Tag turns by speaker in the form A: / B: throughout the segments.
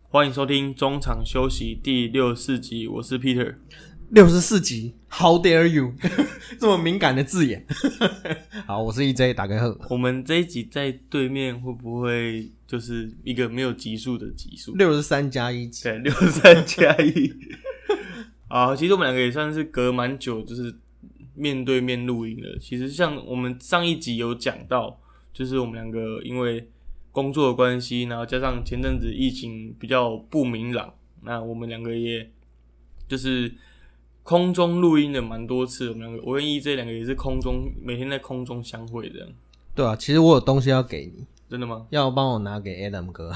A: 欢迎收听中场休息第64集，我是 Peter。
B: 64集 How dare you 这么敏感的字眼好，我是 EJ 打开贺。
A: 我们这一集在对面会不会就是一个没有集数的集数
B: 63+1集？
A: 对，63+1 啊，其实我们两个也算是隔蛮久，就是面对面录音了。其实像我们上一集有讲到，就是我们两个因为工作的关系，然后加上前阵子疫情比较不明朗，那我们两个也就是空中录音了蛮多次。我们两个，我跟 EJ 两个也是空中每天在空中相会这样。
B: 对啊，其实我有东西要给你。
A: 真的吗？
B: 要帮我拿给 Adam 哥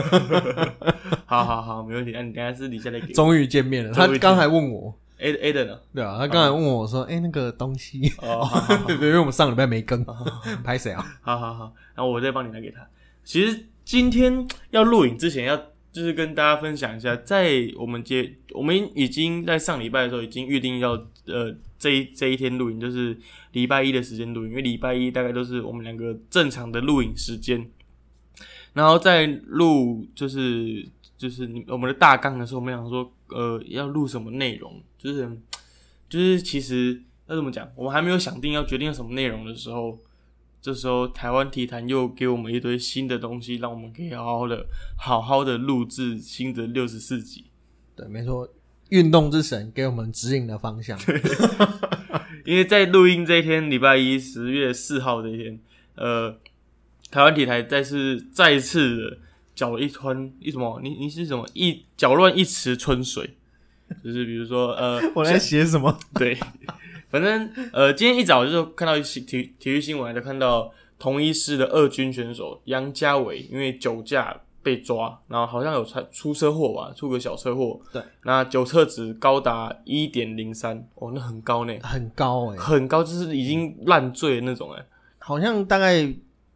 A: 好，没问题。你等一下私底下再给我。
B: 终于见面了，他刚才问我
A: Adam 呢？
B: 对啊，他刚才问我说那个东西对，因为我们上礼拜没更拍谁啊？
A: 好，然后我再帮你拿给他。其实今天要录影之前要就是跟大家分享一下，在我们已经在上礼拜的时候已经预定要这一天录影，就是礼拜一的时间录影，因为礼拜一大概都是我们两个正常的录影时间。然后在录就是我们的大纲的时候，我们想说要录什么内容，就是其实要怎么讲，我们还没有想定要决定什么内容的时候。这时候台湾体坛又给我们一堆新的东西，让我们可以好好的录制新的64集。对，
B: 没错，运动之神给我们指引的方向。
A: 因为在录音这一天，礼拜一10月4号这一天，台湾体坛再次的搅一团什么？你是什么？搅乱一池春水，就是比如说
B: 我在写什么？
A: 对。反正今天一早就看到体育新闻，就看到同一师的二军选手杨家伟因为酒驾被抓，然后好像有出车祸吧，出个小车祸。
B: 对，那
A: 酒测值高达 1.03， 哦，那很高呢，
B: 很高
A: 很高，就是已经烂醉的那种
B: 好像大概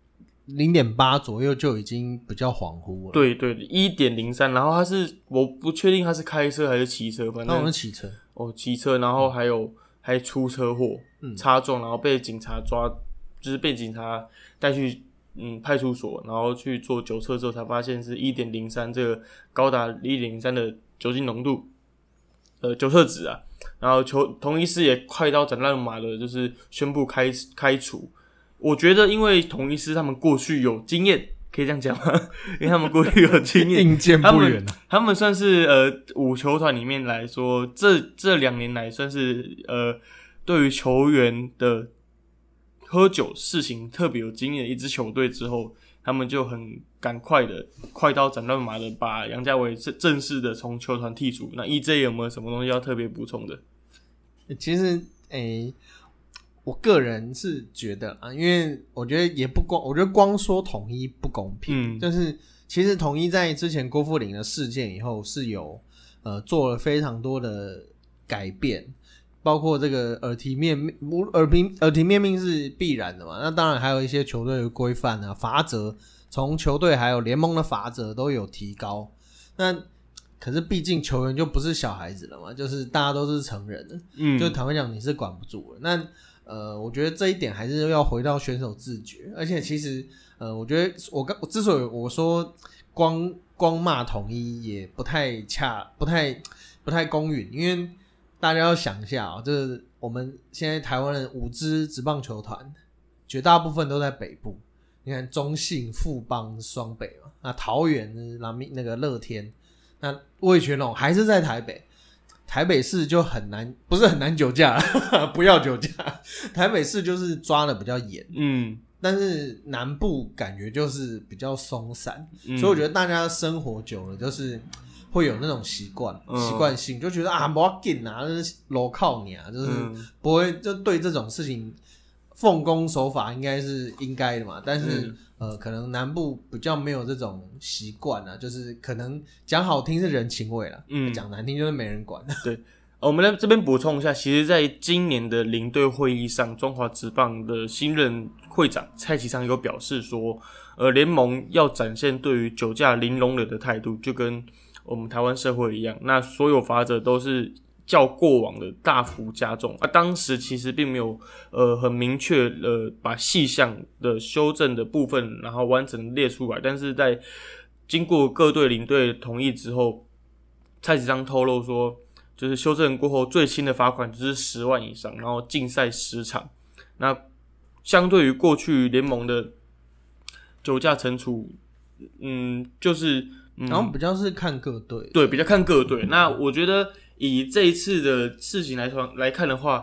B: 0.8 左右就已经比较恍惚了。
A: 对 1.03， 然后我不确定他是开车还是骑车，反正
B: 好像是骑车。
A: 骑车，然后还出车祸，擦撞，然后被警察抓，就是被警察带去派出所，然后去做酒测之后才发现是 1.03 这个高达 1.03 的酒精浓度，酒测值啊。然后同一师也快刀斩乱麻的，就是宣布开除。我觉得因为同一师他们过去有经验。可以这样讲吗？因为他们过去有经验，
B: 应见不远
A: 他们算是5球团里面来说，这2年来算是对于球员的喝酒事情特别有经验的一支球队之后，他们就很赶快的快刀斩乱麻的把杨家伟正式的从球团剔除。那 EJ 有没有什么东西要特别补充的？
B: 其实我个人是觉得因为我觉得也不光，我觉得光说统一不公平，就是其实统一在之前郭富林的事件以后是有做了非常多的改变，包括这个耳提面命是必然的嘛，那当然还有一些球队的规范啊、罚则，从球队还有联盟的罚则都有提高。那可是毕竟球员就不是小孩子了嘛，就是大家都是成人了，就坦白讲你是管不住了。那我觉得这一点还是要回到选手自觉，而且其实我觉得我之所以我说光骂统一也不太公允，因为大家要想一下就是我们现在台湾的5支职棒球团，绝大部分都在北部。你看中信、富邦、双北嘛，那桃园那个乐天，那味全龙还是在台北。台北市就很难，不是很难酒驾不要酒驾。台北市就是抓的比较严，但是南部感觉就是比较松散，所以我觉得大家生活久了就是会有那种习惯性，就觉得不要紧就是楼靠你就是不会就对这种事情奉公守法应该是应该的嘛，但是可能南部比较没有这种习惯就是可能讲好听是人情味啦，讲难听就是没人管。
A: 对，我们这边补充一下，其实在今年的领队会议上，中华职棒的新任会长蔡其昌有表示说，联盟要展现对于酒驾零容忍的态度，就跟我们台湾社会一样，那所有罚则都是较过往的大幅加重当时其实并没有很明确把细项的修正的部分然后完整列出来，但是在经过各队领队同意之后，蔡子章透露说，就是修正过后最轻的罚款就是10万以上，然后禁赛10场。那相对于过去联盟的酒驾惩处，就是
B: 然后比较是看各队，
A: 对，比较看各队。那我觉得以这一次的事情来看的话，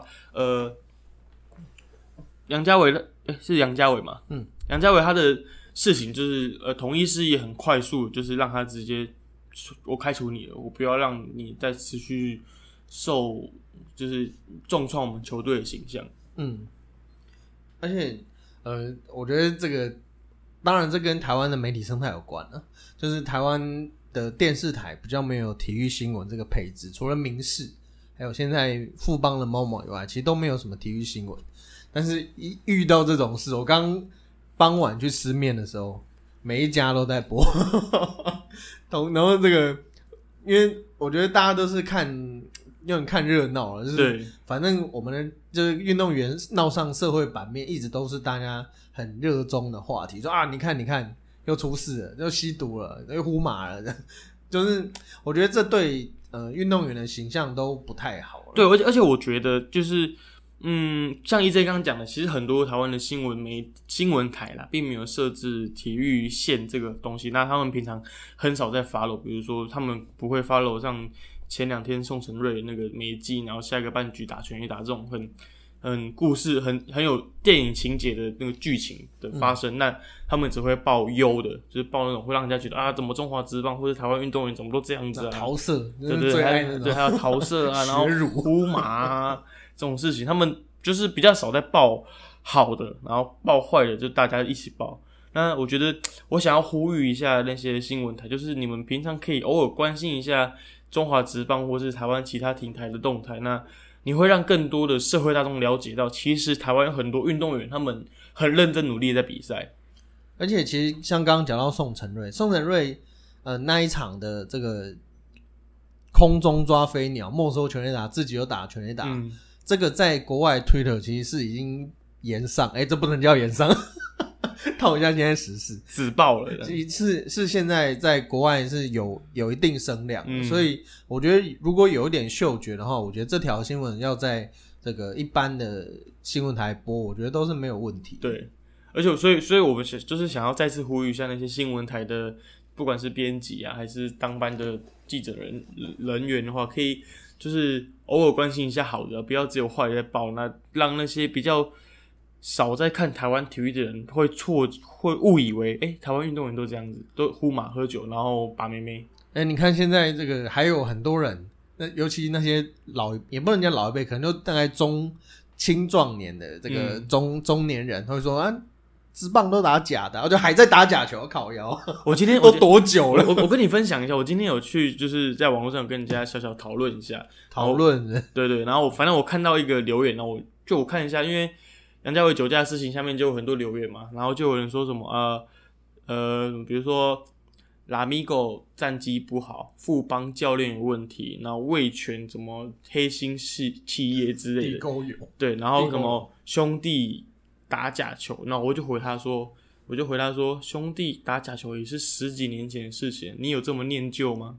A: 杨家伟是杨家伟嘛？杨家伟他的事情就是统一师也很快速，就是让他直接我开除你了，我不要让你再持续受就是重创我们球队的形象。
B: 而且我觉得这个当然这跟台湾的媒体生态有关了，就是台湾的电视台比较没有体育新闻这个配置，除了民视还有现在富邦的某某以外，其实都没有什么体育新闻。但是一遇到这种事，我刚傍晚去吃面的时候，每一家都在播然后这个因为我觉得大家都是有点看热闹了，就是反正我们的就是运动员闹上社会版面，一直都是大家很热衷的话题，说啊你看又出事了，又吸毒了，又呼麻了，就是我觉得这对运动员的形象都不太好了。
A: 对，而且我觉得就是像EJ刚刚讲的，其实很多台湾的新闻台啦，并没有设置体育线这个东西。那他们平常很少在 follow， 比如说他们不会 follow 像前2天宋承瑞那个美技，然后下一个半局打全垒打这种很故事很有电影情节的那个剧情的发生。那他们只会报优的，就是报那种会让人家觉得啊，怎么中华职棒或者台湾运动员怎么都这样子啊？
B: 桃色，
A: 对，
B: 最爱那种，
A: 对，还有桃色啊，然后呼麻啊这种事情，他们就是比较少在报好的，然后报坏的就大家一起报。那我觉得我想要呼吁一下那些新闻台，就是你们平常可以偶尔关心一下中华职棒或是台湾其他庭台的动态，那你会让更多的社会大众了解到，其实台湾有很多运动员他们很认真努力在比赛。
B: 而且其实像刚刚讲到宋承瑞那一场的这个空中抓飞鸟没收全垒打，自己又打全垒打，这个在国外 Twitter 其实是已经延上，这不能叫延上套一下现在时事，
A: 自爆了，
B: 是现在在国外是有一定声量的，所以我觉得如果有一点嗅觉的话，我觉得这条新闻要在这个一般的新闻台播，我觉得都是没有问题。
A: 对，而且所以我们就是想要再次呼吁一下那些新闻台的，不管是编辑啊，还是当班的记者人员的话，可以就是偶尔关心一下好的，不要只有坏的在报，那让那些比较少在看台湾体育的人会误以为台湾运动员都这样子，都呼麻喝酒然后把妹妹。
B: 你看现在这个还有很多人，尤其那些也不能讲老一辈，可能就大概青壮年的这个中年人会说啊，职棒都打假的，就还在打假球，靠腰。
A: 我今天
B: 都多久了？
A: 我跟你分享一下，我今天有去就是在网络上跟人家小小讨论一下，对，然后反正我看到一个留言，然后我看一下，因为杨家伟酒驾的事情下面就有很多留言嘛，然后就有人说什么比如说拉米狗战绩不好，富邦教练有问题，然后味全什么黑心企业之类的，对，然后什么兄弟打假球，那我就回他说兄弟打假球也是10几年前的事情，你有这么念旧吗？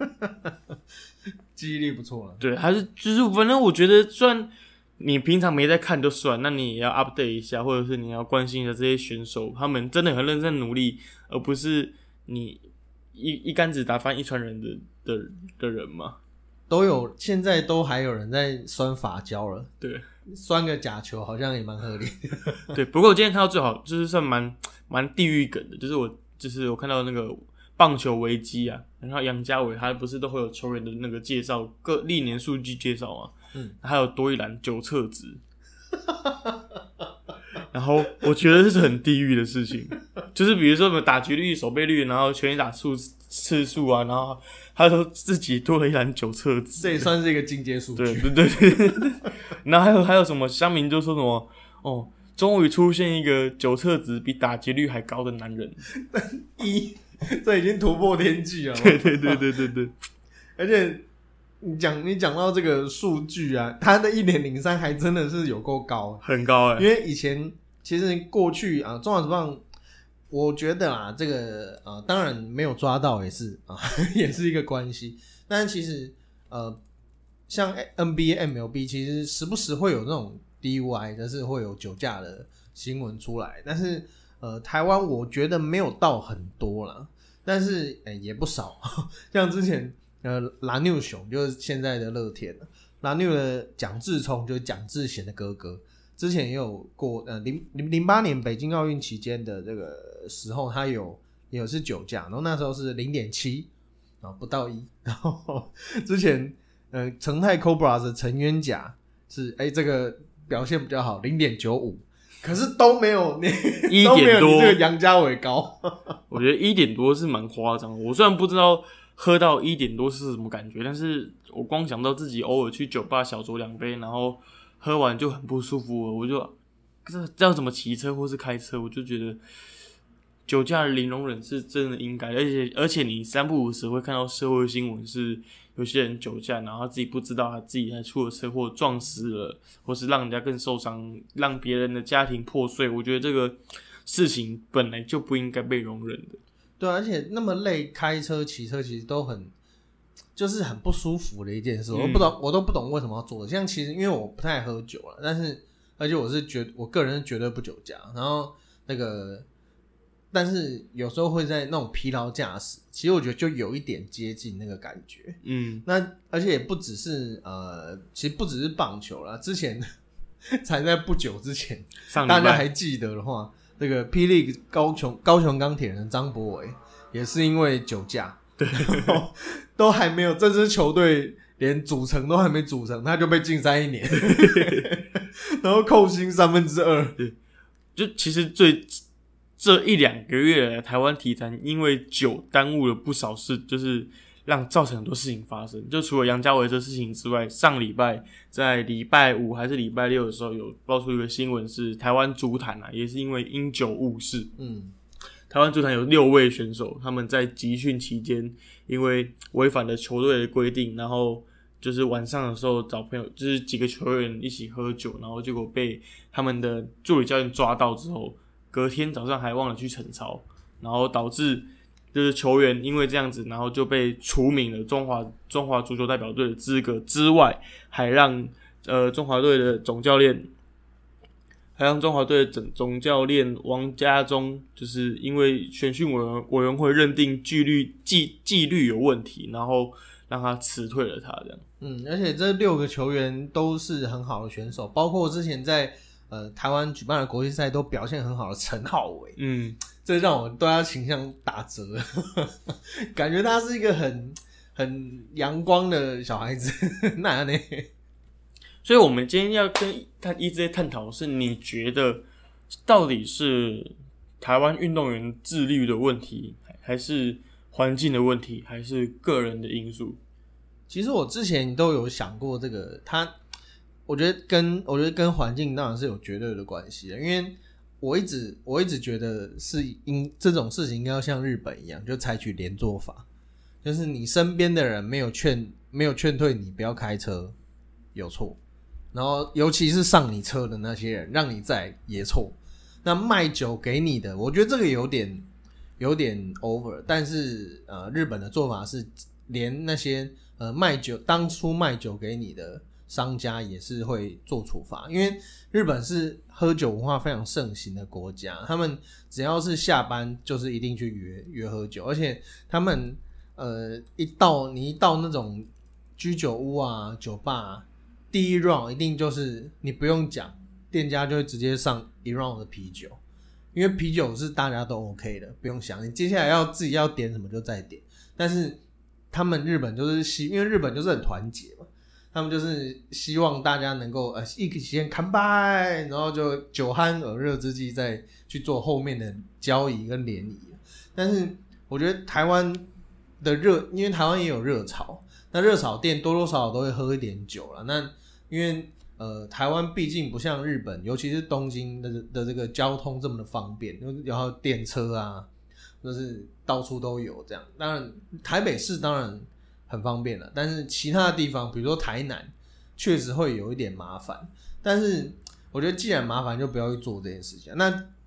B: 记忆力不错了。
A: 对，还是就是反正我觉得虽然你平常没在看就算，那你也要 update 一下，或者是你要关心一下这些选手，他们真的很认真努力，而不是你一竿子打翻一船人的人嘛。
B: 现在都还有人在酸法胶了，
A: 对，
B: 酸个假球好像也蛮合理。
A: 对，不过我今天看到最好就是算蛮地狱梗的，就是我看到那个棒球危机啊，然后杨家伟他不是都会有球员的那个介绍，各历年数据介绍嘛，还有多一栏9测值，然后我觉得这是很地狱的事情，就是比如说什么打击率、守备率，然后全垒打次数啊，然后他说自己多了一栏9测值，
B: 这也算是一个进阶数据。
A: 对，然后还有什么乡民就说什么终于出现一个9测值比打击率还高的男人，
B: 这已经突破天际了。
A: 对，
B: 而且你讲到这个数据啊，他的1.03还真的是有够高，
A: 很高因
B: 为以前其实过去啊，中华职棒我觉得啦，这个当然没有抓到也是也是一个关系。但是其实像 NBA、MLB 其实时不时会有那种 DUI， 就是会有酒驾的新闻出来。但是台湾我觉得没有到很多啦，但是也不少。像之前拉纽熊就是现在的乐天，拉纽的蒋志聪就是蒋志贤的哥哥。之前也有过08年北京奥运期间的这个时候，他也是酒驾，然后那时候是 0.7 不到1，然后之前成泰 Cobras 的陈渊甲是这个表现比较好 0.95， 可是都没有你都没有你这个杨家伟高。
A: 我觉得1点多是蛮夸张的。我虽然不知道喝到1点多是什么感觉，但是我光想到自己偶尔去酒吧小酌2杯，然后喝完就很不舒服了，我就这要怎么骑车或是开车，我就觉得酒驾的零容忍是真的应该，而且你3不5时会看到社会新闻是有些人酒驾，然后他自己不知道他自己还出了车祸撞死了，或是让人家更受伤，让别人的家庭破碎。我觉得这个事情本来就不应该被容忍的。
B: 对，而且那么累，开车骑车其实都就是很不舒服的一件事，我都不懂为什么要做的。像其实因为我不太喝酒了，但是而且我个人是绝对不酒驾，然后但是有时候会在那种疲劳驾驶，其实我觉得就有一点接近那个感觉。那而且也不只是其实不只是棒球啦，之前才在不久之前，大家还记得的话，这个霹雳高雄钢铁人张博伟也是因为酒驾。对，都还没有这支球队连组成都还没组成，他就被禁赛1年，然后扣薪2/3。
A: 对，就其实这1-2个月来，台湾体坛因为酒耽误了不少事，就是造成很多事情发生。就除了杨家伟这事情之外，上礼拜在礼拜5还是礼拜6的时候，有爆出一个新闻是台湾足坛也是因为因酒误事。台湾足坛有6位选手，他们在集训期间因为违反了球队的规定，然后就是晚上的时候找朋友，就是几个球员一起喝酒，然后结果被他们的助理教练抓到之后，隔天早上还忘了去晨操，然后导致就是球员因为这样子，然后就被除名了中华足球代表队的资格之外，还让中华队的总教练王家忠，就是因为选训委员会认定纪律有问题，然后让他辞退了他这样。
B: 而且这6个球员都是很好的选手，包括之前在台湾举办的国际赛都表现很好的陈浩伟。这让我对他形象打折，感觉他是一个很阳光的小孩子。那呢？
A: 所以我们今天要跟一直在探讨的是，你觉得到底是台湾运动员自律的问题，还是环境的问题，还是个人的因素？
B: 其实我之前都有想过这个，我觉得跟环境当然是有绝对的关系的，因为我一直觉得这种事情应该要像日本一样，就采取连坐法，就是你身边的人没有劝退你不要开车，有错。然后尤其是上你车的那些人让你载也错，那卖酒给你的，我觉得这个有点 over， 但是日本的做法是连那些当初卖酒给你的商家也是会做处罚，因为日本是喝酒文化非常盛行的国家，他们只要是下班就是一定去约喝酒，而且他们你一到那种居酒屋啊酒吧第一 round 一定就是你不用讲，店家就会直接上1 round 的啤酒，因为啤酒是大家都 OK 的，不用想，你接下来自己要点什么就再点。但是他们日本就是因为日本就是很团结嘛，他们就是希望大家能够一起先干杯，然后就酒酣耳热之际再去做后面的交易跟联谊。但是我觉得台湾的因为台湾也有热炒，那热炒店多多少少都会喝一点酒啦，那因为台湾毕竟不像日本，尤其是东京的这个交通这么的方便，然后电车啊，就是到处都有这样。当然台北市当然很方便了，但是其他的地方比如说台南确实会有一点麻烦，但是我觉得既然麻烦就不要去做这件事情。那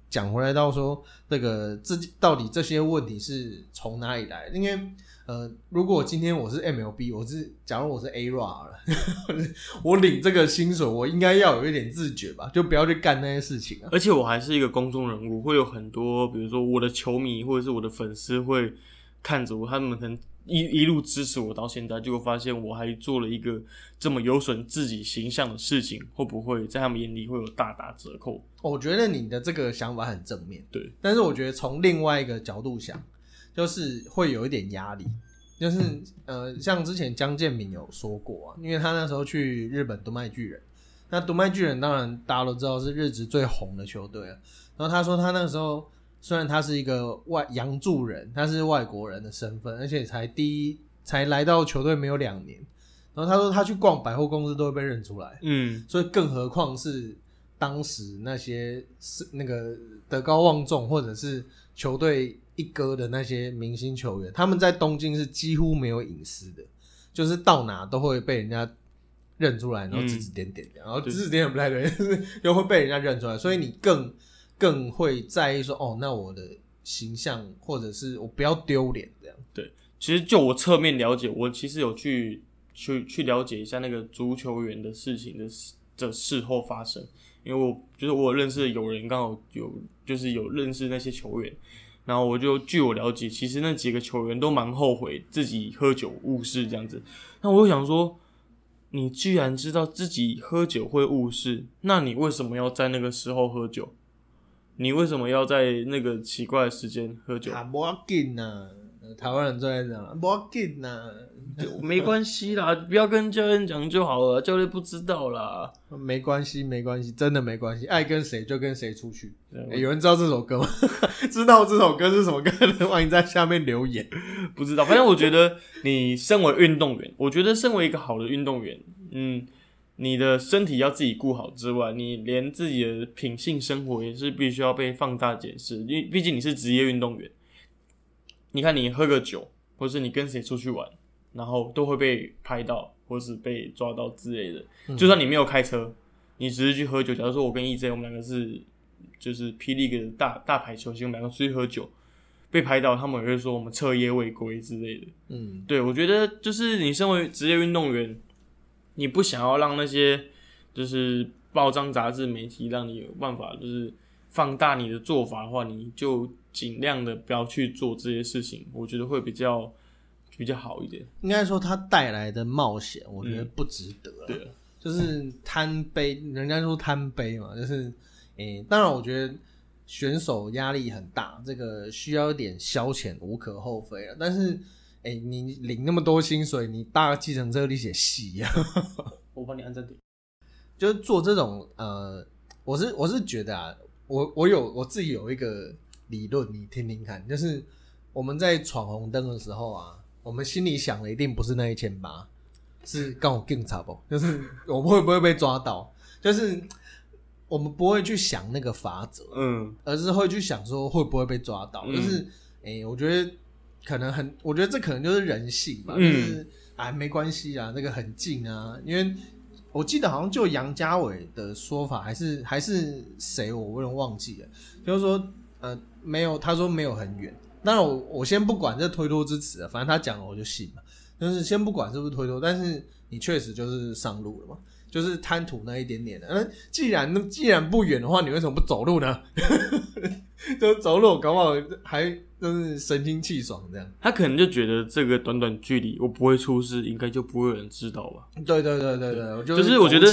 B: 讲回来到说到底这些问题是从哪里来的？因为如果今天我是 MLB， 假如我是 A-Rod 了我领这个薪水，我应该要有一点自觉吧，就不要去干那些事情啊。
A: 而且我还是一个公众人物，会有很多，比如说我的球迷或者是我的粉丝会看着我，他们可能一路支持我到现在，结果发现我还做了一个这么有损自己形象的事情，会不会在他们眼里会有大打折扣？
B: 我觉得你的这个想法很正面，
A: 对。
B: 但是我觉得从另外一个角度想，就是会有一点压力，就是像之前江建民有说过啊，因为他那时候去日本读卖巨人，那读卖巨人当然大家都知道是日职最红的球队啊。然后他说他那个时候虽然他是一个洋渚人，他是外国人的身份，而且才来到球队没有2年，然后他说他去逛百货公司都会被认出来，所以更何况是当时那些那个德高望重或者是球队一哥的那些明星球员，他们在东京是几乎没有隐私的，就是到哪都会被人家认出来，然后指指点点，然后指指点点不太对，又会被人家认出来，所以你更会在意说，那我的形象或者是我不要丢脸这样。
A: 对，其实就我侧面了解，我其实有去了解一下那个足球员的事情的事后发生，因为我有认识的友人刚好有认识那些球员，然后据我了解，其实那几个球员都蛮后悔自己喝酒误事这样子。那我就想说，你既然知道自己喝酒会误事，那你为什么要在那个时候喝酒？你为什么要在那个奇怪的时间喝酒？
B: 不要紧啊，台湾人最爱讲，不要紧啊，
A: 没关系啦，不要跟教练讲就好了，教练不知道啦。
B: 没关系，真的没关系，爱跟谁就跟谁出去。有人知道这首歌吗？知道这首歌是什么歌的，欢迎在下面留言。
A: 不知道，反正我觉得你身为运动员，我觉得身为一个好的运动员，你的身体要自己顾好之外，你连自己的品性生活也是必须要被放大检视，因为毕竟你是职业运动员。你看你喝个酒，或是你跟谁出去玩，然后都会被拍到，或是被抓到之类的。就算你没有开车，你只是去喝酒，假如说我跟 EJ 我们两个是就是霹雳个大牌球星，我们两个出去喝酒，被拍到，他们也会说我们彻夜未归之类的。对，我觉得就是你身为职业运动员，你不想要让那些就是报章杂志媒体让你有办法就是放大你的做法的话，你就尽量的不要去做这些事情，我觉得会比较好一点。
B: 应该说它带来的冒险，我觉得不值得。
A: 对，
B: 就是贪杯，人家说贪杯嘛，就是当然我觉得选手压力很大，这个需要一点消遣无可厚非了。但是你领那么多薪水，你搭计程车你写戏啊？
A: 我帮你按暂停。
B: 就是做这种我是觉得啊，我自己有一个理论，你听听看，就是我们在闯红灯的时候啊，我们心里想的一定不是那1800，是刚好警察不？就是我们会不会被抓到？就是我们不会去想那个法则，而是会去想说会不会被抓到。就是我觉得我觉得这可能就是人性吧，就是没关系啊，那个很近啊，因为我记得好像就杨家伟的说法，还是谁，我有点忘记了，就是说没有，他说没有很远。当然我先不管这推脱之词反正他讲了我就信嘛。就是先不管是不是推脱，但是你确实就是上路了嘛，就是贪图那一点点的。既然不远的话，你为什么不走路呢？就走路搞不好还就是神清气爽这样。
A: 他可能就觉得这个短短距离我不会出事，应该就不会有人知道吧。
B: 对，
A: 就是我觉得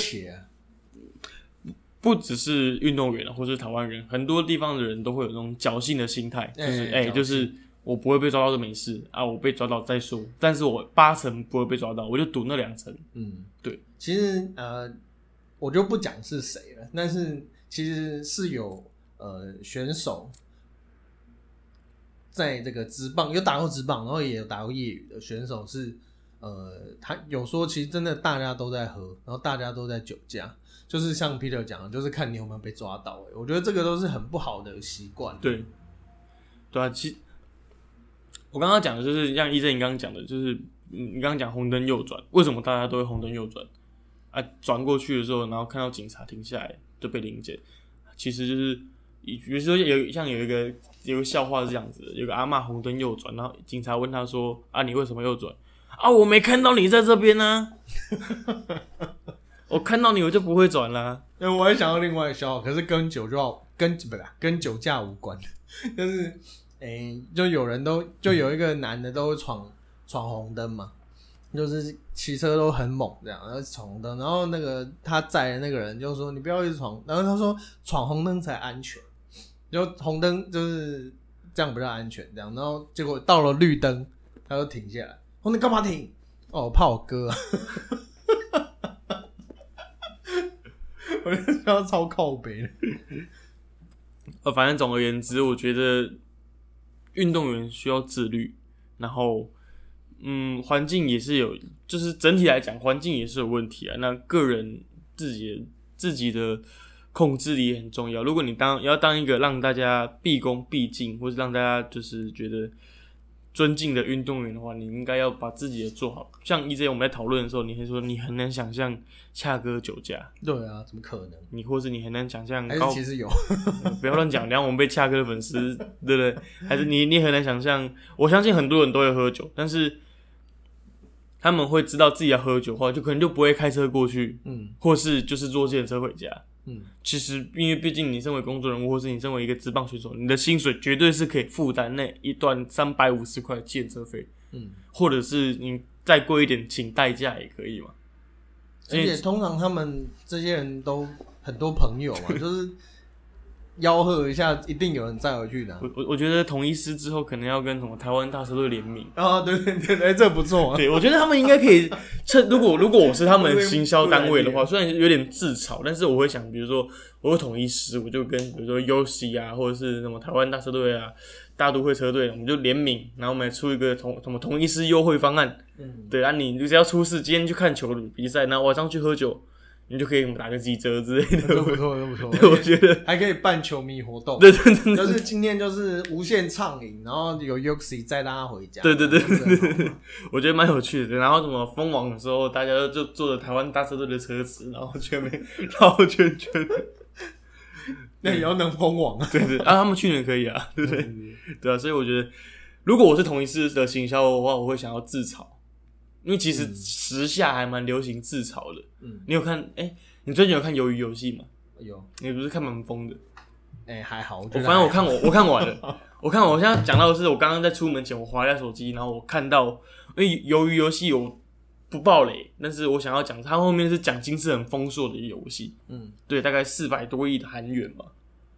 A: 不只是运动员或是台湾人，很多地方的人都会有那种侥幸的心态，就是就是我不会被抓到就没事啊，我被抓到再说，但是我8成不会被抓到，我就赌那2成。对。
B: 其实我就不讲是谁了，但是其实是有选手在这个职棒有打过职棒，然后也有打过业余的选手是他有说其实真的大家都在喝，然后大家都在酒驾，就是像 Peter 讲的，就是看你有没有被抓到。我觉得这个都是很不好的习惯。
A: 对啊，其实我刚刚讲的就是像EJ你刚刚讲的，就是你刚刚讲红灯右转，为什么大家都会红灯右转啊？转过去的时候，然后看到警察停下来就被临检，其实就是比如说有一个笑话是这样子的，有个阿嬷红灯右转，然后警察问他说：“啊，你为什么右转？”啊，我没看到你在这边啊，我看到你我就不会转啦。
B: 我还想到另外一个笑话，可是跟酒驾无关，就是就有一个男的都会闯红灯嘛，就是骑车都很猛这样，然后闯红灯，然后那个他载的那个人就说你不要一直闯，然后他说闯红灯才安全，就红灯就是这样比较安全这样，然后结果到了绿灯他就停下来，红灯干嘛停？哦，我怕我哥啊。我就觉得超靠北的。
A: 反正总而言之，我觉得运动员需要自律，然后环境也是有，就是整体来讲环境也是有问题啊。那个人自己的控制力也很重要。如果你要当一个让大家毕恭毕敬，或是让大家就是觉得尊敬的运动员的话，你应该要把自己的做好。像EJ我们在讨论的时候，你会说你很难想象恰哥酒驾。
B: 对啊，怎么可能？
A: 或是你很难想象
B: 还是其实有。
A: 不要乱讲，然后我们被恰哥的粉丝，对不对？还是你很难想象？我相信很多人都会喝酒，但是他们会知道自己要喝酒的话，就可能就不会开车过去，或是就是坐计程车回家。其实因为毕竟你身为工作人物，或是你身为一个职棒选手，你的薪水绝对是可以负担那一段350块计程车费，或者是你再贵一点请代驾也可以嘛。
B: 而且通常他们这些人都很多朋友嘛，就是吆喝一下，一定有人载回去的。
A: 我觉得统一狮之后可能要跟什么台湾大车队联名
B: 啊，对，这不错啊。
A: 对，我觉得他们应该可以趁如果我是他们行销单位的话，虽然有点自嘲，但是我会想，比如说我有统一狮，我就跟比如说 UC 啊，或者是什么台湾大车队啊、大都会车队，我们就联名，然后我们出一个统一狮优惠方案。对啊，你只要出事，今天去看球比赛，然后晚上去喝酒。你就可以打个几折之类的，
B: 不错。
A: 对，我觉得
B: 还可以办球迷活动。
A: 对，
B: 就是今天就是无限畅饮，然后有 Yoxi 载大家回家。对，
A: 我觉得蛮有趣的。然后什么封网的时候，大家就坐着台湾大车队的车子，然后圈圈。
B: 那也要能封网啊。
A: 对，他们去年可以啊，对不对？对啊，所以我觉得，如果我是同一次的行销的话，我会想要自嘲。因为其实时下还蛮流行自嘲的，你有看？你最近有看《鱿鱼游戏》吗？
B: 有，
A: 你不是看蛮疯的？
B: 还好，
A: 反正我看完了，我现在讲到的是，我刚刚在出门前，我滑一下手机，然后我看到，因为《鱿鱼游戏》我不爆雷，但是我想要讲，它后面是奖金是很丰硕的一个游戏，对，大概400多亿的韩元吧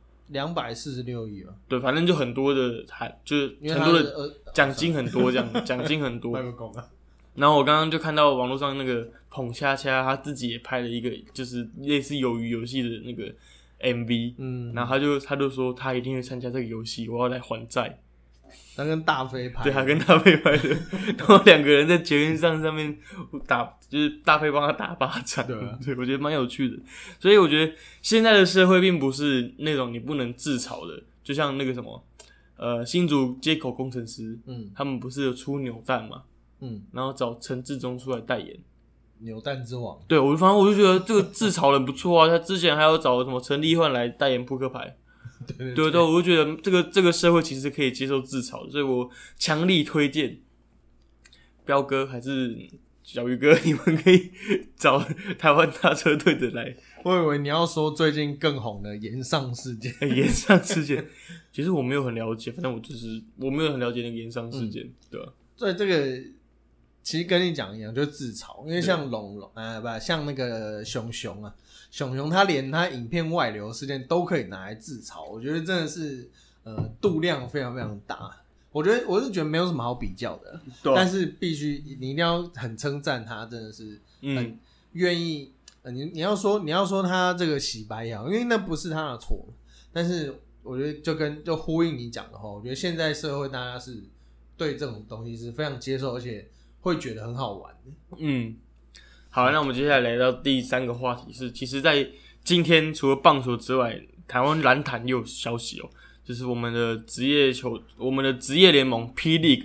B: ，246亿吧，
A: 对，反正就很多的就是很多的奖金很多这样，奖金很多。然后我刚刚就看到网络上那个彭恰恰他自己也拍了一个就是类似鱿鱼游戏的那个 MV，然后他就说他一定会参加这个游戏，我要来还债。
B: 他跟大飞拍的，
A: 对，他跟大飞拍的，然后两个人在捷运上面打，就是大飞帮他打巴掌，对，我觉得蛮有趣的。所以我觉得现在的社会并不是那种你不能自嘲的，就像那个什么新竹街口工程师，他们不是有出扭蛋嘛？然后找陈志忠出来代言
B: 扭蛋之王。
A: 对，反正我就觉得这个自嘲人不错啊。他之前还有找什么陈立焕来代言扑克牌，对，我就觉得这个社会其实可以接受自嘲的，所以我强力推荐彪哥还是小鱼哥，你们可以找台湾大车队的来。
B: 我以为你要说最近更红的炎上事件。
A: 炎上事件，其实我没有很了解，反正我没有很了解那个炎上事件，对吧？
B: 对，这个其实跟你讲一样，就是自嘲。因为像像那个熊啊，熊他连他影片外流事件都可以拿来自嘲，我觉得真的是度量非常非常大。我是觉得没有什么好比较的，但是必须你一定要很称赞他，真的是很愿意。你要说他这个洗白也好，因为那不是他的错，但是我觉得就呼应你讲的话，我觉得现在社会大家是对这种东西是非常接受，而且会觉得很好玩的。
A: 好，那我们接下来来到第3个话题是，其实在今天除了棒球之外，台湾篮坛又有消息就是我们的职业联盟 P League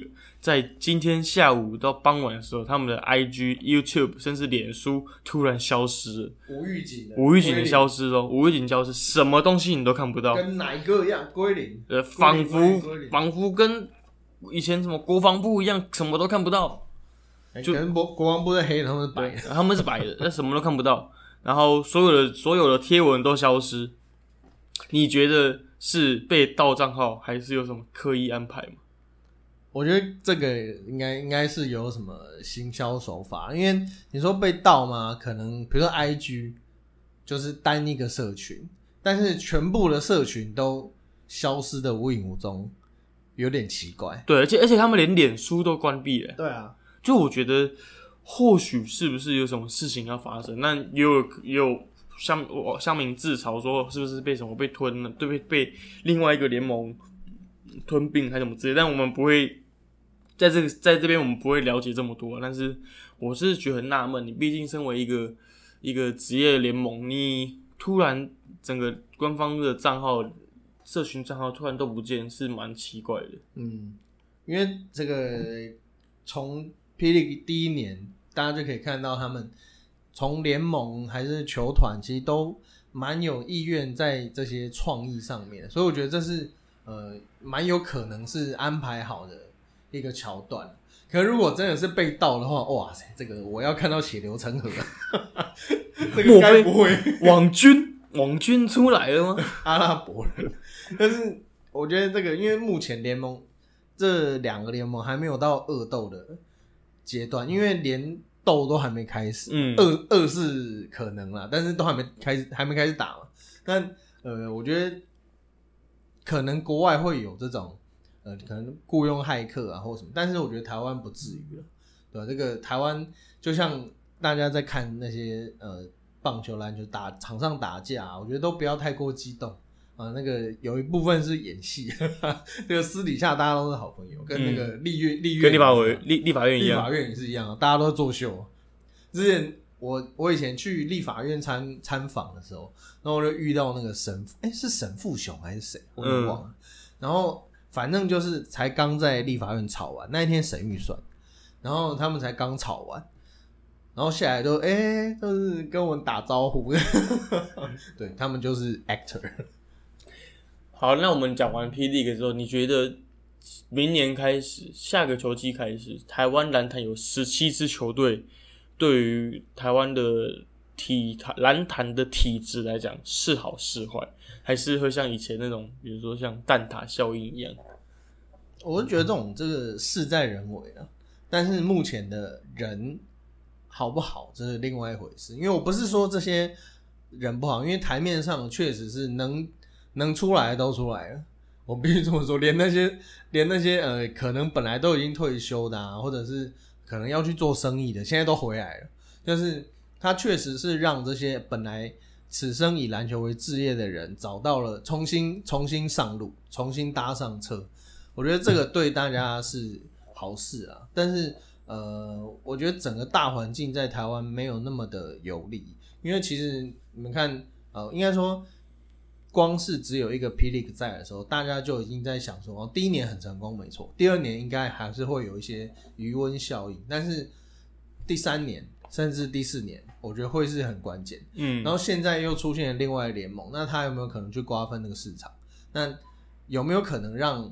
A: 在今天下午到傍晚的时候，他们的 IG、YouTube 甚至脸书突然消失了，无预警的消失哦，无预警消失，什么东西你都看不到，
B: 跟哪一个一样归零，
A: 仿佛跟以前什么国防部一样，什么都看不到。
B: 就跟国防部是黑的，他们是白的，
A: 他们是白的，那什么都看不到。然后所有的贴文都消失。你觉得是被盗账号，还是有什么刻意安排吗？
B: 我觉得这个应该是有什么行销手法，因为你说被盗嘛，可能比如说 IG 就是单一个社群，但是全部的社群都消失的无影无踪，有点奇怪。
A: 对，而且他们连脸书都关闭了。
B: 对啊，就
A: 我觉得或许是不是有什么事情要发生？那也有乡民自嘲说是不是被什么被吞了，对，被另外一个联盟吞并还是什么之类，但我们不会在这边我们不会了解这么多，但是我是觉得很纳闷，你毕竟身为一个职业联盟，你突然整个官方的账号、社群账号突然都不见，是蛮奇怪的。
B: 因为这个从霹雳第一年，大家就可以看到他们从联盟还是球团，其实都蛮有意愿在这些创意上面，所以我觉得这是蛮有可能是安排好的一个桥段。可是如果真的是被盗的话，哇塞，这个我要看到血流成河了。这个该不会
A: 网军出来了吗？
B: 阿拉伯人。但是我觉得这个，因为目前联盟这两个联盟还没有到恶斗的阶段，因为连斗都还没开始。恶是可能啦，但是都还没开始打嘛。但我觉得可能国外会有这种可能雇佣骇客啊或什么，但是我觉得台湾不至于了。对吧？这个台湾就像大家在看那些棒球、篮球场上打架，我觉得都不要太过激动啊。那个有一部分是演戏，这个私底下大家都是好朋友，跟那个立院
A: 跟立法院一样，
B: 立法院也是一样，大家都作秀。之前我以前去立法院参访的时候，然后我就遇到那个是沈富雄还是谁，我也忘了。然后反正就是才刚在立法院吵完，那一天审预算，然后他们才刚吵完。然后下来都是跟我们打招呼，对，他们就是 actor。
A: 好，那我们讲完 P-League 之后，你觉得明年开始，下个球季开始，台湾篮坛有17支球队，对于台湾的篮坛的体质来讲是好是坏，还是会像以前那种，比如说像蛋挞效应一样？
B: 我是觉得这个事在人为啊，但是目前的人好不好，这是另外一回事。因为我不是说这些人不好，因为台面上确实是能出来的都出来了。我必须这么说，连那些可能本来都已经退休的啊，或者是可能要去做生意的，现在都回来了。就是他确实是让这些本来此生以篮球为志业的人找到了重新上路，重新搭上车。我觉得这个对大家是好事啊，但是我觉得整个大环境在台湾没有那么的有利，因为其实你们看，应该说，光是只有一个 P-League 在的时候，大家就已经在想说，第一年很成功，没错，第二年应该还是会有一些余温效应，但是第3年甚至第4年，我觉得会是很关键。然后现在又出现了另外的联盟，那他有没有可能去瓜分那个市场？那有没有可能让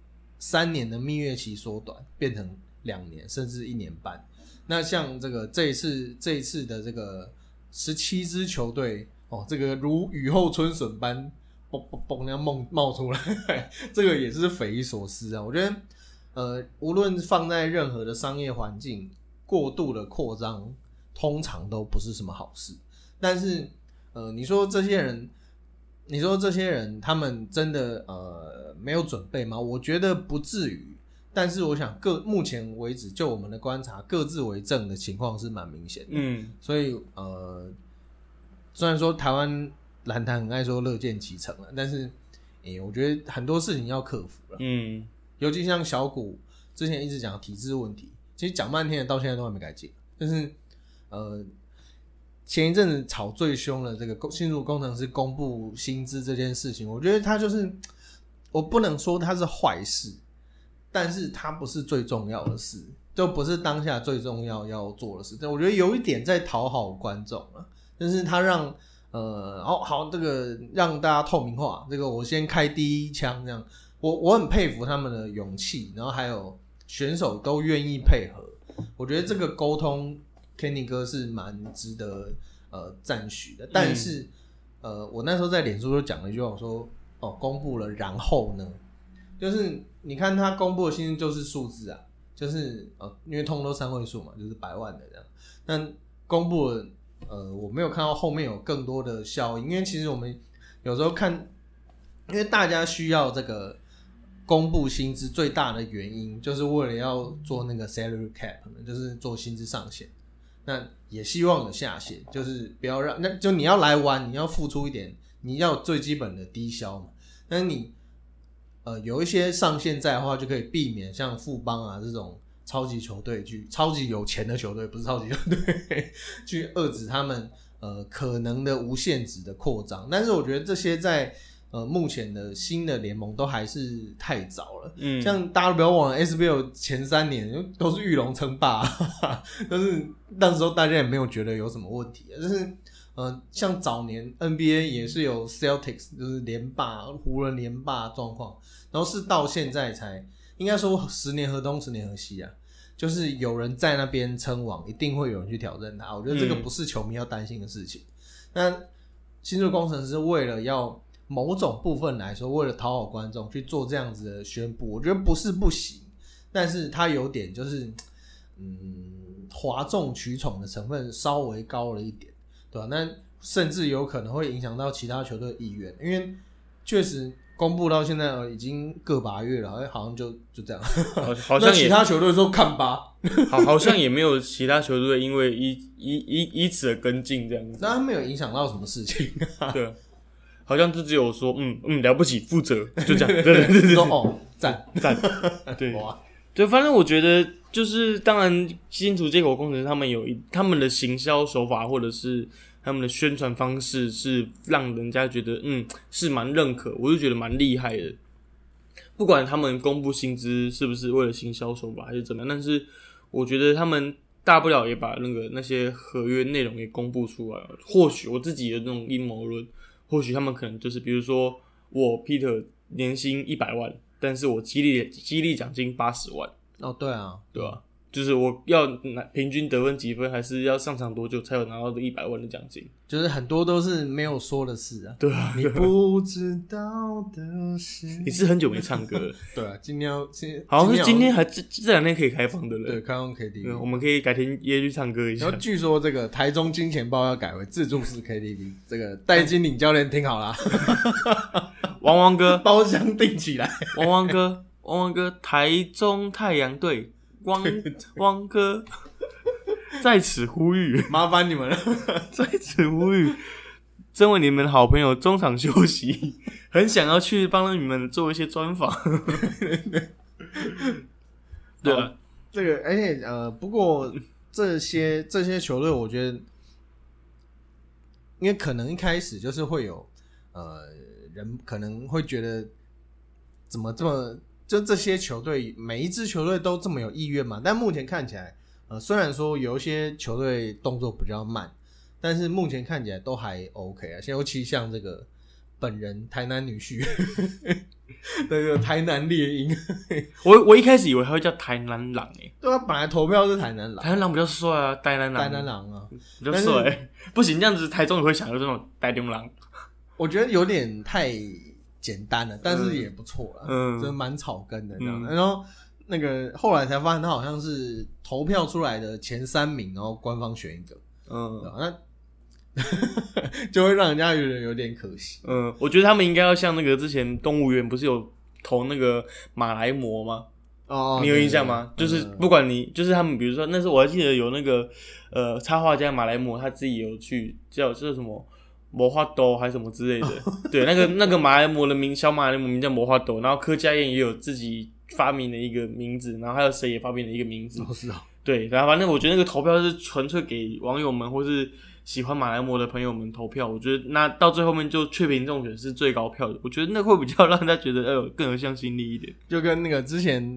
B: 3年的蜜月期缩短，变成2年甚至1年半？那像这一次的这个17支球队这个如雨后春笋般嘣嘣嘣那样冒出来，这个也是匪夷所思啊！我觉得无论放在任何的商业环境，过度的扩张通常都不是什么好事。但是你说这些人他们真的没有准备吗？我觉得不至于。但是我想目前为止，就我们的观察，各自为政的情况是蛮明显的。所以虽然说台湾篮坛很爱说乐见其成了，但是我觉得很多事情要克服了。尤其像小谷之前一直讲体制问题，其实讲半天到现在都还没改进。但是前一阵子吵最凶的这个新竹工程师公布薪资这件事情，我觉得他就是，我不能说他是坏事， 但是它不是最重要的事，就不是当下最重要要做的事。但我觉得有一点在讨好观众啊，就是他让好这个让大家透明化，这个我先开第一枪这样。我很佩服他们的勇气，然后还有选手都愿意配合。我觉得这个沟通 Kenny 哥是蛮值得赞许的。但是我那时候在脸书就讲了一句话，我说公布了，然后呢，就是你看他公布的薪资就是数字啊，就是因为通通都3位数嘛，就是100万的这样。但公布了我没有看到后面有更多的效应，因为其实我们有时候看，因为大家需要这个公布薪资最大的原因，就是为了要做那个 salary cap， 就是做薪资上限。那也希望有下限，就是不要让，那就你要来玩，你要付出一点，你要有最基本的低消嘛。但是你有一些上限在的话，就可以避免像富邦啊这种超级球队去超级有钱的球队，不是超级球队去遏制他们可能的无限制的扩张。但是我觉得这些在目前的新的联盟都还是太早了。像大家不要忘了 SBL 前3年都是玉龙称霸但是那时候大家也没有觉得有什么问题，就是像早年 NBA 也是有 Celtics 就是连霸湖人连霸状况，然后是到现在才应该说10年河东10年河西啊，就是有人在那边称王，一定会有人去挑战他。我觉得这个不是球迷要担心的事情。那新竹工程师为了要某种部分来说，为了讨好观众去做这样子的宣布，我觉得不是不行，但是它有点就是哗众取宠的成分稍微高了一点，对吧？那甚至有可能会影响到其他球队的意愿，因为确实公布到现在已经个把月了，好像就这样。
A: 好像
B: 其他球队说看吧，
A: 好像也没有其他球队因为以此而跟进这样子。
B: 那他没有影响到什么事情
A: 对。好像就只有说了不起负责，就这样。对
B: 说赞
A: 对对，反正我觉得就是当然新竹街口工程师他们有他们的行销手法或者是他们的宣传方式是让人家觉得是蛮认可，我就觉得蛮厉害的。不管他们公布薪资是不是为了行销手法还是怎么样，但是我觉得他们大不了也把那些合约内容给公布出来了。或许我自己的那种阴谋论。或许他们可能就是，比如说我 Peter 年薪100万，但是我激励奖金80万。
B: 对啊，
A: 对吧？就是我要平均得分几分，还是要上场多久才有拿到这100万的奖金？就是
B: 很多都是没有说的事啊。
A: 对啊，
B: 你不知道的事。
A: 你是很久没唱歌了。
B: 对啊，今天
A: 好像是今天还这2天可以开放的了。
B: 对，开放 KTV，
A: 我们可以改天约去唱歌一下。
B: 然后据说这个台中金钱豹要改为自助式 KTV， 这个戴金领教练听好啦。
A: 汪哥
B: 包厢订起来。
A: 汪哥，台中太阳队。汪哥在此呼吁，
B: 麻烦你们了。
A: 在此呼吁，身为你们的好朋友，中场休息，很想要去帮你们做一些专访。对啊，
B: 这个而且不过这些球队，我觉得，因为可能一开始就是会有人可能会觉得怎么这么。就这些球队，每一支球队都这么有意愿嘛？但目前看起来，虽然说有一些球队动作比较慢，但是目前看起来都还 OK 啊。尤其像这个本人台南女婿，那个台南猎鹰，
A: 我一开始以为他会叫台南狼
B: 对啊，本来投票是台南狼，
A: 台南狼比较帅啊，台南狼啊，比较帅。不行，这样子台中也会想到这种台中狼，
B: 我觉得有点太简单了，但是也不错啦，真的蛮草根的这样。然后那个后来才发现，他好像是投票出来的前3名，然后官方选一个，那就会让人家觉得有点可惜。
A: 我觉得他们应该要像那个之前动物园不是有投那个马来貘吗？你有印象吗？就是不管你，就是他们，比如说那时候我还记得有那个插画家马来貘，他自己有去叫什么？魔法豆还是什么之类的，对，那个马来貘的小马来貘名叫魔法豆，然后柯佳燕也有自己发明的一个名字，然后还有谁也发明了一个名字，对，然后反正我觉得那个投票是纯粹给网友们或是喜欢马来貘的朋友们投票，我觉得那到最后面就确评中选是最高票的，我觉得那会比较让人家觉得更有向心力一点，
B: 就跟那个之前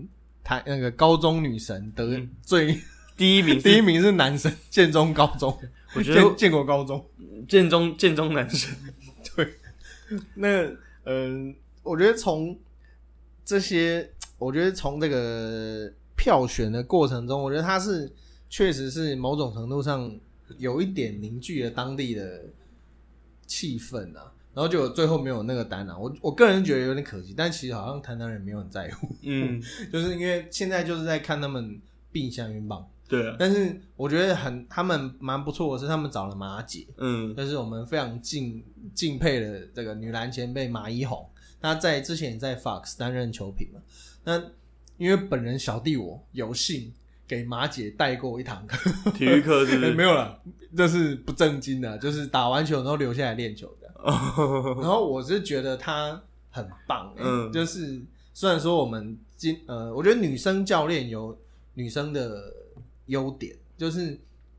B: 那个高中女神得
A: 第一名
B: 是男生，建中高中，
A: 我觉得
B: 建国高中，
A: 建中男生。
B: 对，那我觉得从这些，我觉得从这个票选的过程中，我觉得他是确实是某种程度上有一点凝聚了当地的气氛啊。然后就最后没有那个单啊，我个人觉得有点可惜，但其实好像台南人没有很在乎，就是因为现在就是在看他们并香云棒，
A: 对啊，
B: 但是我觉得他们蛮不错的是，他们找了马姐，就是我们非常敬佩的这个女篮前辈马一红，她在之前也在 Fox 担任球评嘛，那因为本人小弟我有幸给马姐带过一堂课，
A: 体育课是不是？
B: 没有啦，这是不正经的，就是打完球然后留下来练球的。然后我是觉得他很棒，就是虽然说我们我觉得女生教练有女生的优点，就是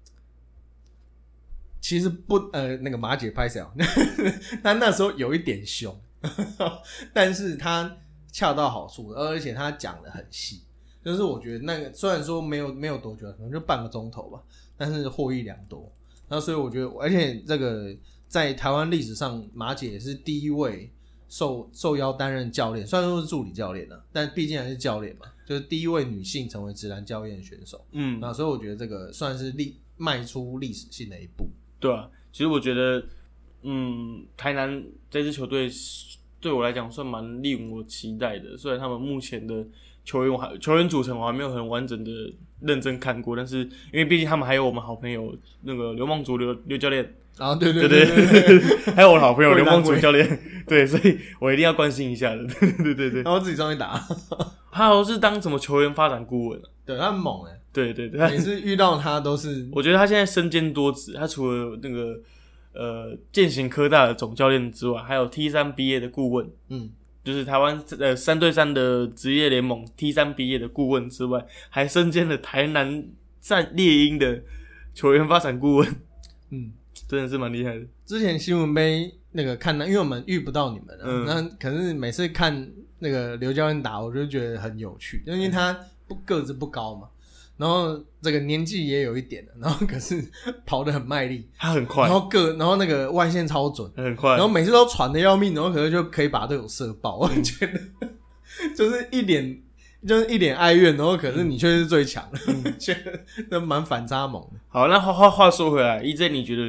B: 其实那个马姐拍手，她那时候有一点凶，但是她恰到好处，而且她讲得很细，就是我觉得那个虽然说没有多久，可能就半个钟头吧，但是获益良多。然后所以我觉得，而且这个在台湾历史上，马姐也是第一位受邀担任教练，虽然说是助理教练但毕竟还是教练嘛，就是第一位女性成为职篮教练的选手。那所以我觉得这个算是迈出历史性的一步。对
A: 啊，其实我觉得，台南这支球队对我来讲算蛮令我期待的。虽然他们目前的球员组成我还没有很完整的认真看过，但是因为毕竟他们还有我们好朋友那个刘梦竹刘教练
B: 啊，对，
A: 还有我的好朋友刘梦竹教练，对，所以我一定要关心一下的，对，
B: 然后自己上去打，
A: 他好像是当什么球员发展顾问
B: 对，他很猛
A: 对，
B: 每次遇到他都是，
A: 我觉得他现在身兼多职，他除了那个健行科大的总教练之外，还有 T3 毕业的顾问，就是台湾3对3的职业联盟 T3 毕业的顾问之外，还身兼了台南猎鹰的球员发展顾问，真的是蛮厉害的。
B: 之前新闻杯那个看到，因为我们遇不到你们那可是每次看那个刘教练打，我就觉得很有趣，因为他个子不高嘛，然后这个年纪也有一点了，然后可是跑得很卖力，
A: 他很快，
B: 然后那个外线超准，
A: 很快，
B: 然后每次都传得要命，然后可能就可以把队友射爆，我觉得就是一脸哀怨，然后可是你却是最强的，觉得那蛮反差萌的。
A: 好，那话说回来，EJ你觉得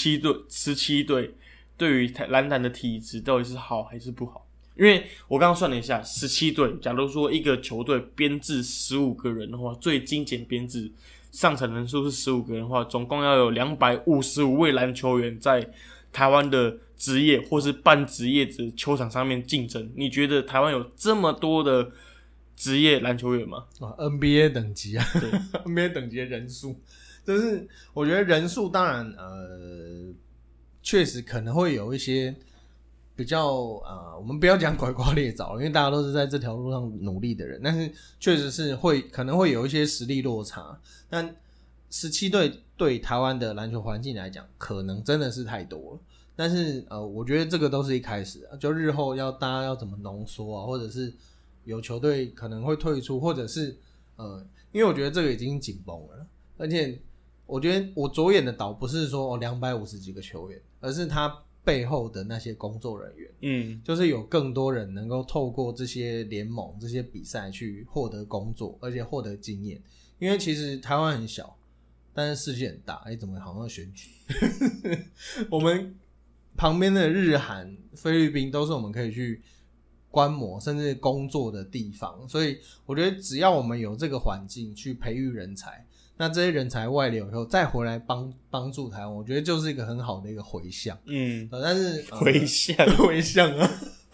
A: 17队对于篮坛的体质到底是好还是不好？因为我刚刚算了一下，17队，假如说一个球队编制15个人的话，最精简编制上场人数是15个人的话，总共要有255位篮球员在台湾的职业或是半职业的球场上面竞争。你觉得台湾有这么多的职业篮球员吗
B: ？NBA 等级啊，对，NBA 等级的人数，就是我觉得人数当然确实可能会有一些比较我们不要讲拐瓜裂枣，因为大家都是在这条路上努力的人，但是确实是可能会有一些实力落差。但17队对台湾的篮球环境来讲，可能真的是太多了。但是我觉得这个都是一开始就日后大家要怎么浓缩啊，或者是有球队可能会退出，或者是因为我觉得这个已经紧绷了，而且我觉得我着眼的倒不是说250几个球员，而是他背后的那些工作人员，就是有更多人能够透过这些联盟、这些比赛去获得工作，而且获得经验。因为其实台湾很小，但是世界很大，怎么好像选举？我们旁边的日韩、菲律宾都是我们可以去观摩甚至工作的地方，所以我觉得只要我们有这个环境去培育人才，那这些人才外流以后再回来帮助台湾，我觉得就是一个很好的一个回向。但是
A: 回向
B: 啊，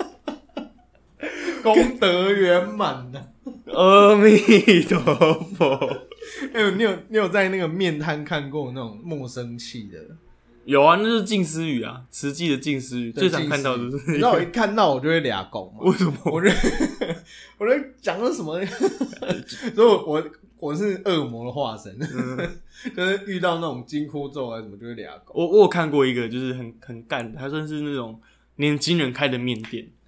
B: 功德圆满的，
A: 阿弥陀佛。
B: 你有在那个面摊看过那种莫生气的？
A: 有啊，那就是近思语啊，慈济的近思语最常看到的。
B: 你知道我一看到我就会俩拱嘛？
A: 为什么？
B: 我在讲的什么？所以我是恶魔的化身，就是遇到那种金箍咒啊什么就会俩拱。
A: 我有看过一个，就是很干的，他算是那种年轻人开的面店，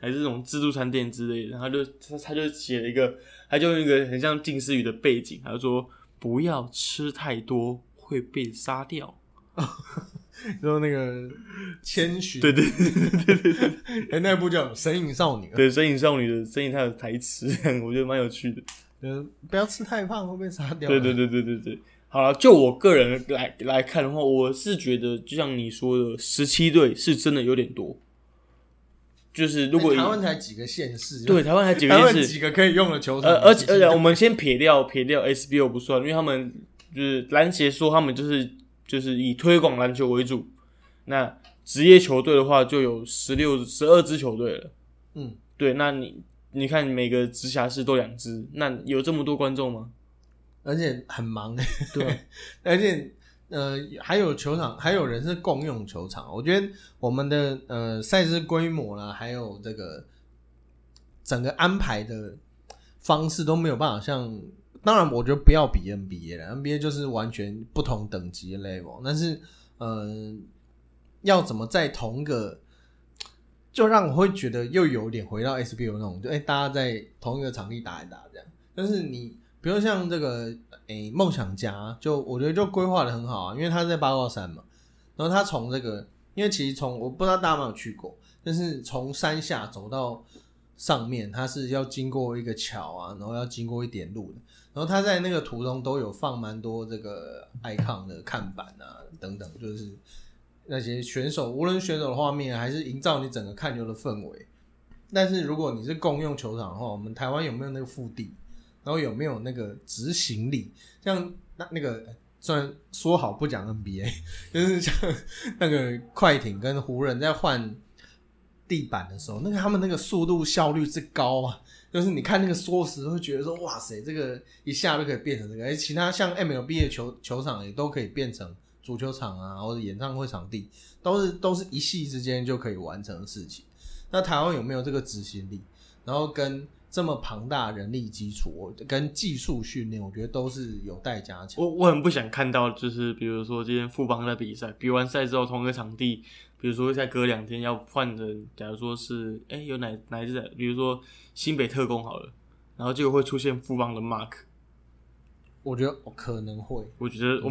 A: 还是那种自助餐店之类的，他就写了一个，他就用一个很像近似语的背景，他就说不要吃太多会被杀掉。
B: 就那个千寻，
A: 对，
B: 那部叫《神隐少女》，
A: 对，神隐少女的神隐她的台词，我觉得蛮有趣的。
B: 不要吃太胖会被杀掉。
A: 对。好了，就我个人来看的话，我是觉得就像你说的，17队是真的有点多。就是如果
B: 台湾才几个县市，
A: 对，台湾才几个县市，
B: 台湾几个可以用的球场，
A: 而且我们先撇掉 SBO 不算，因为他们就是篮协说他们就是以推广篮球为主。那职业球队的话就有12支球队了。对，那你看每个直辖市都2支，那有这么多观众吗？
B: 而且很忙，
A: 对啊，
B: 而且还有球场，还有人是共用球场。我觉得我们的赛事规模啦，还有这个整个安排的方式都没有办法像，当然我觉得不要比 NBA 了 ，NBA 就是完全不同等级的 level， 但是要怎么在同一个，就让我会觉得又有点回到 SBO 那种，就大家在同一个场地打一打这样，但是你。比如像这个梦想家，就我觉得就规划的很好啊，因为他在863嘛，然后他从这个，因为其实我不知道大家有没有去过，但是从山下走到上面，他是要经过一个桥啊，然后要经过一点路的，然后他在那个途中都有放蛮多这个 icon 的看板啊等等，就是那些选手，无论选手的画面还是营造你整个看球的氛围。但是如果你是共用球场的话，我们台湾有没有那个腹地？然后有没有那个执行力？像那个虽然说好不讲 NBA， 就是像那个快艇跟湖人在换地板的时候，他们那个速度效率之高啊，就是你看那个缩时会觉得说哇塞，这个一下就可以变成这个。其他像 MLB 的球场也都可以变成足球场啊，或者演唱会场地，都是一夕之间就可以完成的事情。那台湾有没有这个执行力？然后跟这么庞大的人力基础跟技术训练，我觉得都是有待加强。
A: 我很不想看到，就是比如说今天富邦在比赛，比完赛之后同一个场地，比如说再隔2天要换人，假如说是有哪一支，比如说新北特工好了，然后结果会出现富邦的 Mark，
B: 我觉得可能会，
A: 我觉得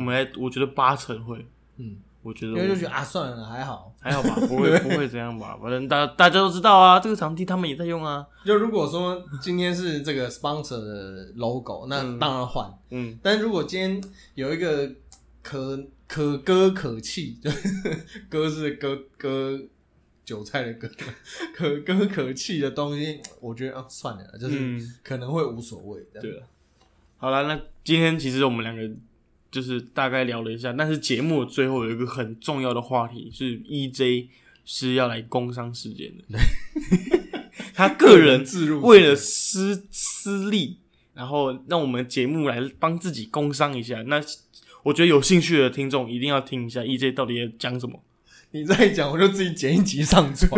A: 80%会，我觉得
B: 因为就觉得算了，还好
A: 吧，不会这样吧，反正大家都知道啊，这个场地他们也在用啊。
B: 就如果说今天是这个 sponsor 的 logo， 那当然换，但如果今天有一个可歌可泣，就歌是割韭菜的歌，可歌可泣的东西，我觉得算了，就是可能会无所谓的。
A: 对了，好了，那今天其实我们2个。就是大概聊了一下，但是节目最后有一个很重要的话题是 EJ 是要来工商事件的，他个人为了私利，然后让我们节目来帮自己工商一下。那我觉得有兴趣的听众一定要听一下 EJ 到底在讲什么。
B: 你再讲，我就自己剪一集上传。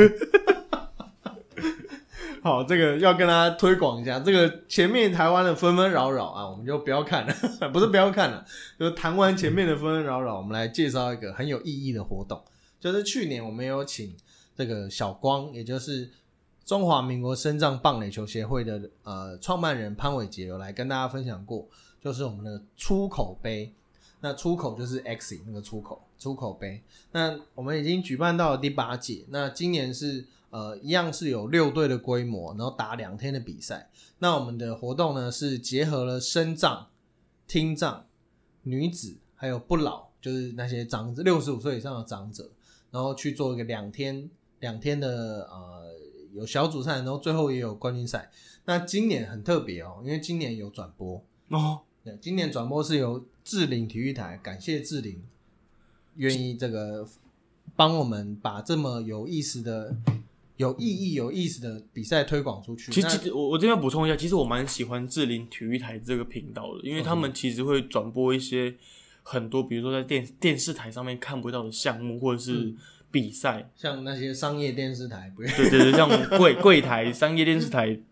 B: 好，这个要跟大家推广一下，这个前面台湾的纷纷扰扰啊，我们就不要看了，不是不要看了，就是谈完前面的纷纷扰扰，我们来介绍一个很有意义的活动，就是去年我们有请这个小光，也就是中华民国身障棒垒球协会的创办人潘伟杰有来跟大家分享过，就是我们的出口杯。那出口就是 X 那个出口杯。那我们已经举办到了第8届，那今年是一样是有6队的规模，然后打2天的比赛。那我们的活动呢是结合了身障、听障、女子还有不老，就是那些长者65岁以上的长者，然后去做一个2天的有小组赛，然后最后也有冠军赛。那今年很特别因为今年有转播对，今年转播是由智霖体育台，感谢智霖愿意这个帮我们把这么有意思的比赛推广出去。
A: 其实我这边补充一下，其实我蛮喜欢智霖体育台这个频道的，因为他们其实会转播一些很多，比如说在电视台上面看不到的项目或者是比赛，
B: 像那些商业电视台，
A: 对，像柜台商业电视台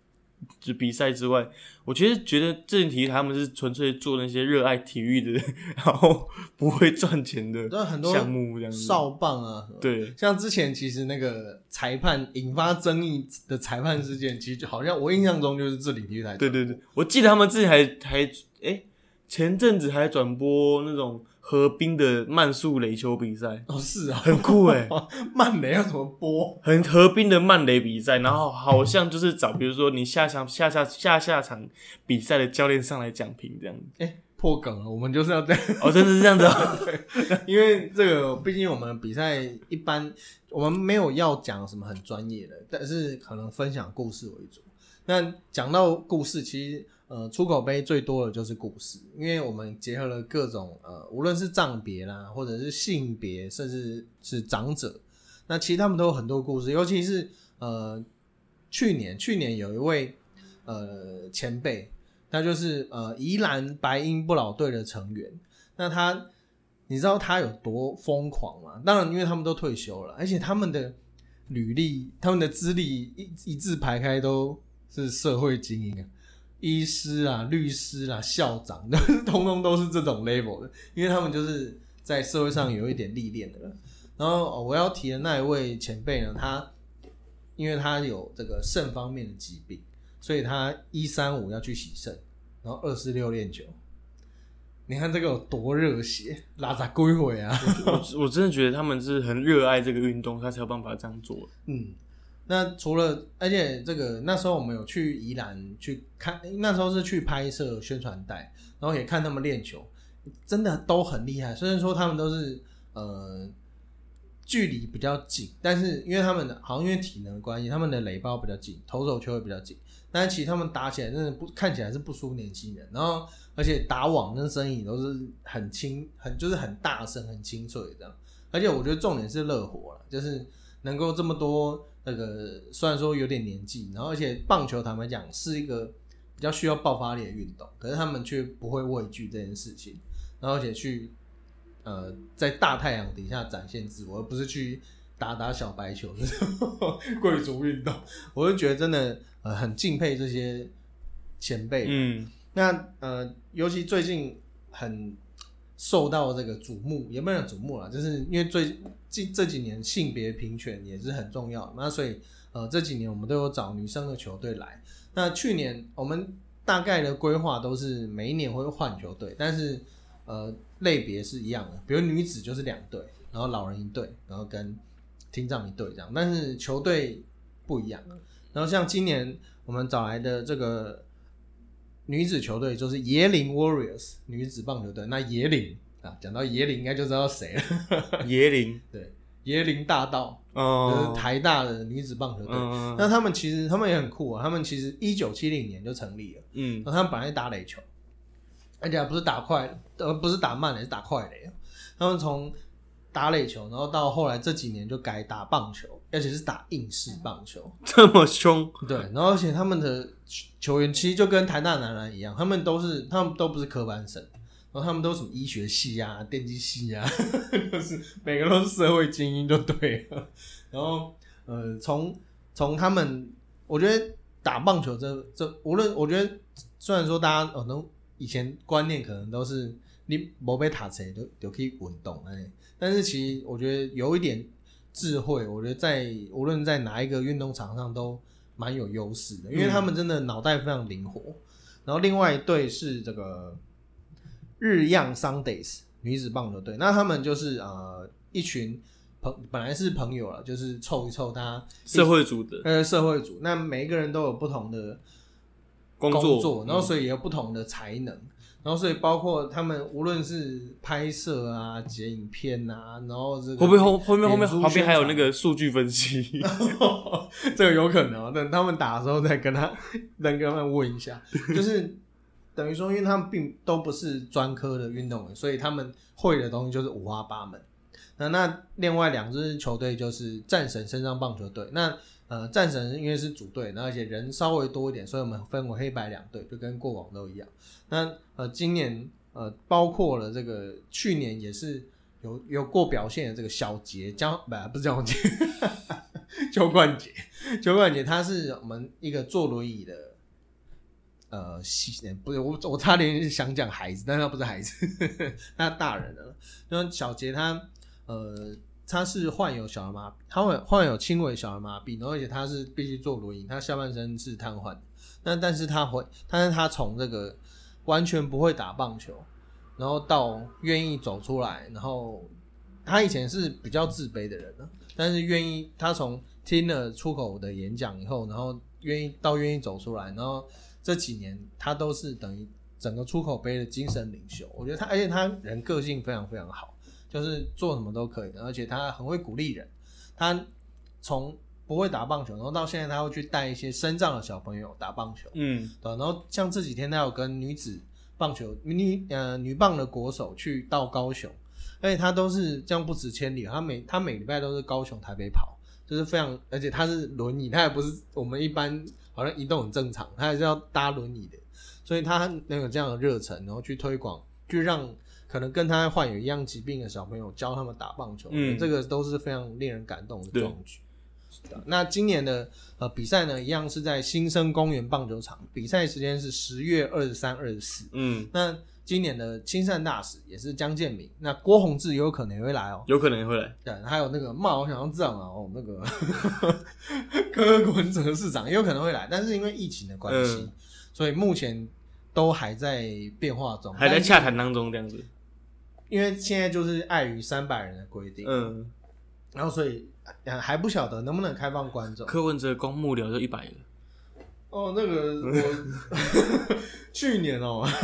A: 就比赛之外，我其实觉得这件体育他们是纯粹做那些热爱体育的，然后不会赚钱的项目这样子。
B: 少棒啊，
A: 对，
B: 像之前其实那个裁判引发争议的裁判事件，其实好像我印象中就是这里体育台。
A: 对对对，我记得他们之前还前阵子还转播那种河滨的慢速垒球比赛。
B: 哦，是啊，
A: 很酷
B: 慢垒要怎么播？
A: 很河滨的慢垒比赛，然后好像就是找比如说你下场比赛的教练上来讲评这样。
B: 破梗了，我们就是要这样。
A: 哦，真的是这样子
B: 对，因为这个毕竟我们比赛一般，我们没有要讲什么很专业的，但是可能分享故事为主。那讲到故事，其实出口杯最多的就是故事，因为我们结合了各种无论是障别啦，或者是性别，甚至是长者，那其实他们都有很多故事。尤其是去年有一位前辈，他就是宜兰白鹰不老队的成员。那你知道他有多疯狂吗？当然，因为他们都退休了，而且他们的履历、他们的资历一字排开都是社会精英啊。医师啊、律师啊、校长，通通都是这种 level 的，因为他们就是在社会上有一点历练的了。然后我要提的那一位前辈呢，因为他有这个肾方面的疾病，所以他135要去洗肾，然后246练球。你看这个有多热血，拉杂归回啊！
A: 我真的觉得他们是很热爱这个运动，他才有办法这样做。
B: 那除了，而且这个那时候我们有去宜兰去看，那时候是去拍摄宣传带，然后也看他们练球，真的都很厉害。虽然说他们都是距离比较近，但是因为他们好像因为体能的关系，他们的垒包比较近，投手球也比较近，但是其实他们打起来真的看起来是不输年轻人，然后而且打网跟声音都是很轻，就是很大声、很清脆这样。而且我觉得重点是热火啦，就是能够这么多那个，虽然说有点年纪，然后而且棒球坦白讲是一个比较需要爆发力的运动，可是他们却不会畏惧这件事情，然后而且去在大太阳底下展现自我，而不是去打小白球这种贵族运动。我就觉得真的很敬佩这些前辈。那尤其最近很受到这个瞩目，也不能瞩目啦，就是因为这几年性别平权也是很重要的，那所以这几年我们都有找女生的球队来。那去年我们大概的规划都是每一年会换球队，但是类别是一样的，比如女子就是2队，然后老人1队，然后跟听障1队这样，但是球队不一样。然后像今年我们找来的这个女子球队就是椰林 Warriors 女子棒球队。那椰林啊，讲到椰林应该就知道谁了。
A: 椰林，
B: 对，椰林大道，就是台大的女子棒球队。那他们也很酷啊，他们其实1970年就成立了。然后他们本来是打垒球，而且不是打快，不是打慢垒，是打快垒。他们从打垒球，然后到后来这几年就改打棒球，而且是打硬式棒球，
A: 这么凶。
B: 对，然后而且他们的球员其实就跟台大男篮一样，他们都不是科班生，然后他们都是什么医学系啊、电机系啊，就是每个都是社会精英就对了。然后从他们，我觉得打棒球无论我觉得虽然说大家以前观念可能都是你没被打车就可以运动，但是其实我觉得有一点智慧，我觉得无论在哪一个运动场上都蛮有优势的，因为他们真的脑袋非常灵活。然后另外一队是这个日漾 Sundays 女子棒球队，那他们就是一群本来是朋友了，就是凑一凑大家
A: 社会组的
B: 社会组，那每一个人都有不同的工作，然后所以也有不同的才能。然后所以包括他们无论是拍摄啊、剪影片啊，然后这个
A: 后面旁边还有那个数据分析，
B: 这个有可能等他们打的时候再跟他们问一下，就是等于说，因为他们并都不是专科的运动员，所以他们会的东西就是五花八门。那另外2支球队就是战神身上棒球队，那战神因为是主队，而且人稍微多一点，所以我们分为黑白2队，就跟过往都一样。那今年包括了这个去年也是有过表现的这个小杰不是江宏杰邱冠杰他是我们一个坐轮椅的不是我差点想讲孩子，但他不是孩子，他大人了。那小杰他是患有小儿麻痹，他患有轻微小儿麻痹，然后而且他是必须坐轮椅，他下半身是瘫痪的。但是他从这个完全不会打棒球，然后到愿意走出来，然后他以前是比较自卑的人，但是他从听了出口的演讲以后，然后愿意走出来，然后这几年他都是等于整个出口杯的精神领袖。我觉得而且他人个性非常非常好，就是做什么都可以的，而且他很会鼓励人。他从不会打棒球，然后到现在他会去带一些身障的小朋友打棒球，对。然后像这几天他有跟女子棒球女棒的国手去到高雄，而且他都是这样不止千里，他每礼拜都是高雄台北跑，就是非常，而且他是轮椅，他也不是我们一般好像移动很正常，他还是要搭轮椅的，所以他能有这样的热忱，然后去推广，去让可能跟他患有一样疾病的小朋友教他们打棒球，这个都是非常令人感动的壮举。那今年的比赛呢，一样是在新生公园棒球场，比赛时间是10月23、24。那今年的亲善大使也是江建民，那郭宏志有可能也会来哦，
A: 有可能也会来。
B: 对，还有那个好像这样那个柯文哲市长也有可能会来，但是因为疫情的关系，所以目前都还在变化中，
A: 还在洽谈当中这样子。
B: 因为现在就是碍于300人的规定，然后所以还不晓得能不能开放观众。
A: 柯文哲光幕僚就100了。
B: 那个我去年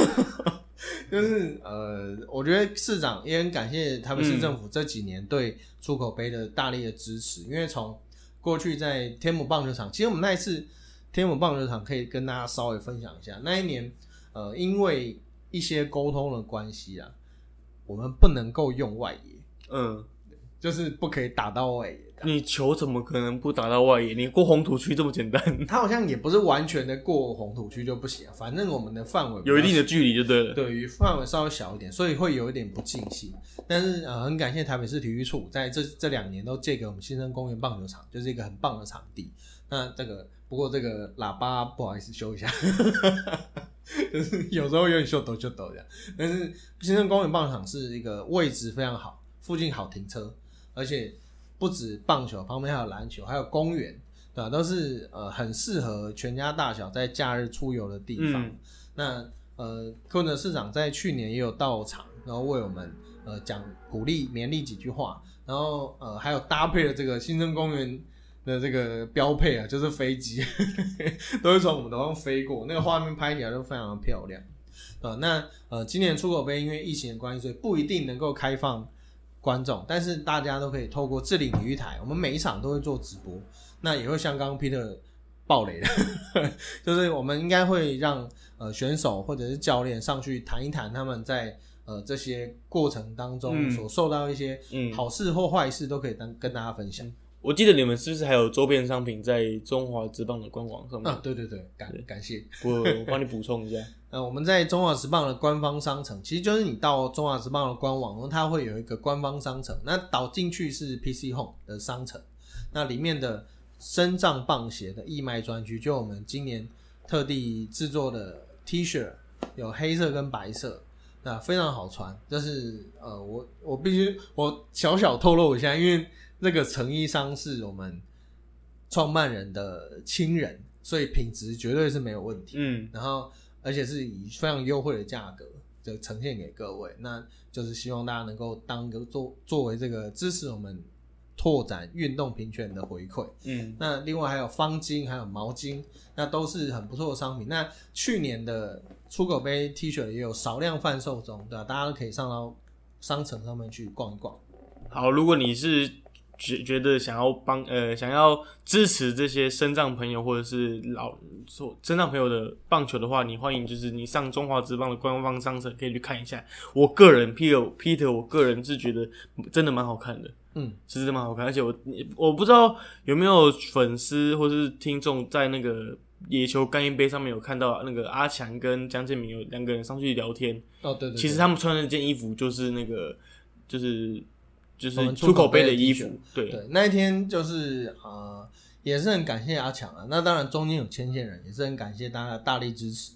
B: 就是我觉得市长也很感谢台北市政府这几年对出口杯的大力的支持，因为从过去在天母棒球场，其实我们那一次天母棒球场可以跟大家稍微分享一下，那一年因为一些沟通的关系啊，我们不能够用外野，就是不可以打到外野。
A: 你球怎么可能不打到外野？你过红土区这么简单？
B: 他好像也不是完全的过红土区就不行，反正我们的范围
A: 有一定的距离就对了。
B: 对，于范围稍微小一点，所以会有一点不尽兴。但是很感谢台北市体育处在这2年都借给我们新生公园棒球场，就是一个很棒的场地。那不过这个喇叭不好意思修一下，就是有时候有点秀抖这样。但是新生公园棒球场是一个位置非常好，附近好停车，而且不止棒球，旁边还有篮球，还有公园，对吧？都是很适合全家大小在假日出游的地方。那柯文哲市长在去年也有到场，然后为我们讲鼓励勉励几句话，然后还有搭配了这个新生公园的这个标配啊，就是飞机都会从我们头上飞过，那个画面拍起来都非常的漂亮。那今年出口杯因为疫情的关系，所以不一定能够开放观众，但是大家都可以透过智领体育台，我们每一场都会做直播，那也会像刚刚 Peter 爆雷的就是我们应该会让选手或者是教练上去谈一谈他们在这些过程当中所受到一些好事或坏事，都可以跟大家分享。
A: 我记得你们是不是还有周边商品在中华职棒的官网上面？
B: 对，感谢。
A: 我帮你补充一下。
B: 我们在中华职棒的官方商城，其实就是你到中华职棒的官网，它会有一个官方商城，那导进去是 PC Home 的商城，那里面的身障棒鞋的义卖专区，就我们今年特地制作的 T 恤，有黑色跟白色，那非常好穿。就是我必须小小透露一下，因为这个成衣商是我们创办人的亲人，所以品质绝对是没有问题。然后而且是以非常优惠的价格就呈现给各位，那就是希望大家能够当个作为这个支持我们拓展运动平权的回馈。那另外还有方巾还有毛巾，那都是很不错的商品。那去年的出口杯 T 恤也有少量贩售中，对吧？大家都可以上到商城上面去逛一逛。
A: 好，如果你是觉得想要支持这些身障朋友或者是身障朋友的棒球的话，你欢迎就是你上中华职棒的官方商城可以去看一下。我个人 Peter 我个人是觉得真的蛮好看的，是真的蛮好看。而且我不知道有没有粉丝或是听众在那个野球干一杯上面有看到那个阿强跟江建民有2个人上去聊天。
B: 对，
A: 其实他们穿的那件衣服就是那个就是出口杯的衣服。对，
B: 那一天就是也是很感谢阿强啊。那当然中间有牵线人，也是很感谢大家的大力支持。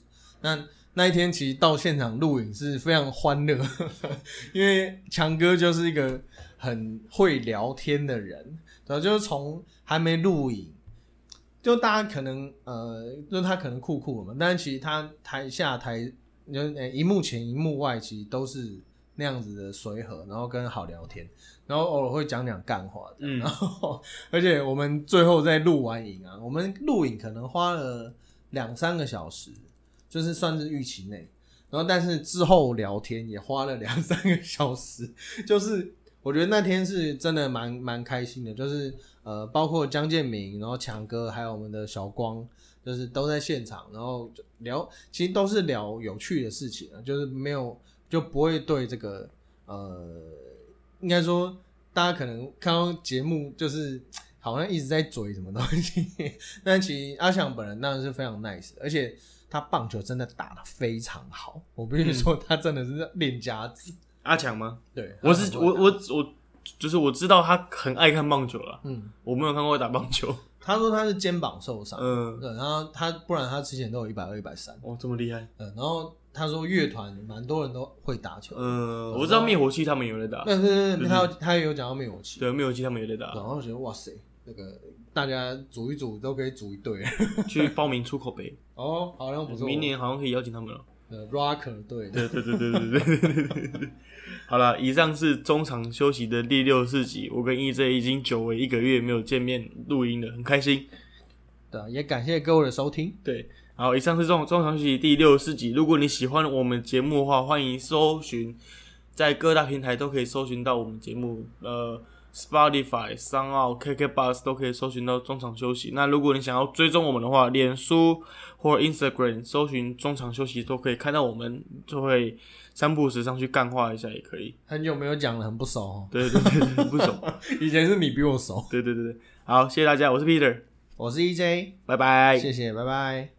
B: 那一天其实到现场录影是非常欢乐，因为强哥就是一个很会聊天的人，然后就是从还没录影，就大家可能就他可能酷酷的嘛，但是其实他台下荧幕前荧幕外其实都是那样子的随和，然后跟好聊天，然后偶尔会讲干话的，然后而且我们最后在录完影啊，我们录影可能花了2-3个小时。就是算是预期内，然后但是之后聊天也花了2-3个小时，就是我觉得那天是真的蛮开心的，就是包括江建明，然后强哥还有我们的小光，就是都在现场，然后聊，其实都是聊有趣的事情啊，就是没有就不会对这个应该说大家可能看到节目就是好像一直在嘴什么东西，但其实阿强本人当然是非常 nice 的，而且他棒球真的打得非常好，我必须说他真的是练家子。
A: 阿强吗？
B: 对，
A: 我就是我知道他很爱看棒球啦，我没有看过他打棒球。
B: 他说他是肩膀受伤，对，然后不然他之前都有120、130。
A: 哦，这么厉害。
B: 然后他说乐团蛮多人都会打球。
A: 我知道灭火器他们有在打。
B: 对，他也有讲到灭火器。
A: 对，灭火器他们有在打。
B: 然后觉得哇塞，那个大家组一组都可以组一队，
A: 去报名出口杯。
B: 哦，好像不错。
A: 明年好像可以邀请他们了。
B: Rocker 队。
A: 对。好了，以上是中场休息的第64集，我跟 EJ 已经久违1个月没有见面录音了，很开心。
B: 对，也感谢各位的收听。
A: 对，好，以上是中场休息第64集。如果你喜欢我们节目的话，欢迎搜寻，在各大平台都可以搜寻到我们节目，Spotify、SoundOut、KKBox 都可以搜寻到中场休息。那如果你想要追踪我们的话，脸书或者 Instagram 搜寻中场休息都可以看到我们，就会3不5时上去干话一下也可以。
B: 很久没有讲了，很不熟哦。
A: 对，很不熟。
B: 以前是你比我熟。
A: 对，好，谢谢大家，我是 Peter，
B: 我是 EJ，
A: 拜拜，
B: 谢谢，拜拜。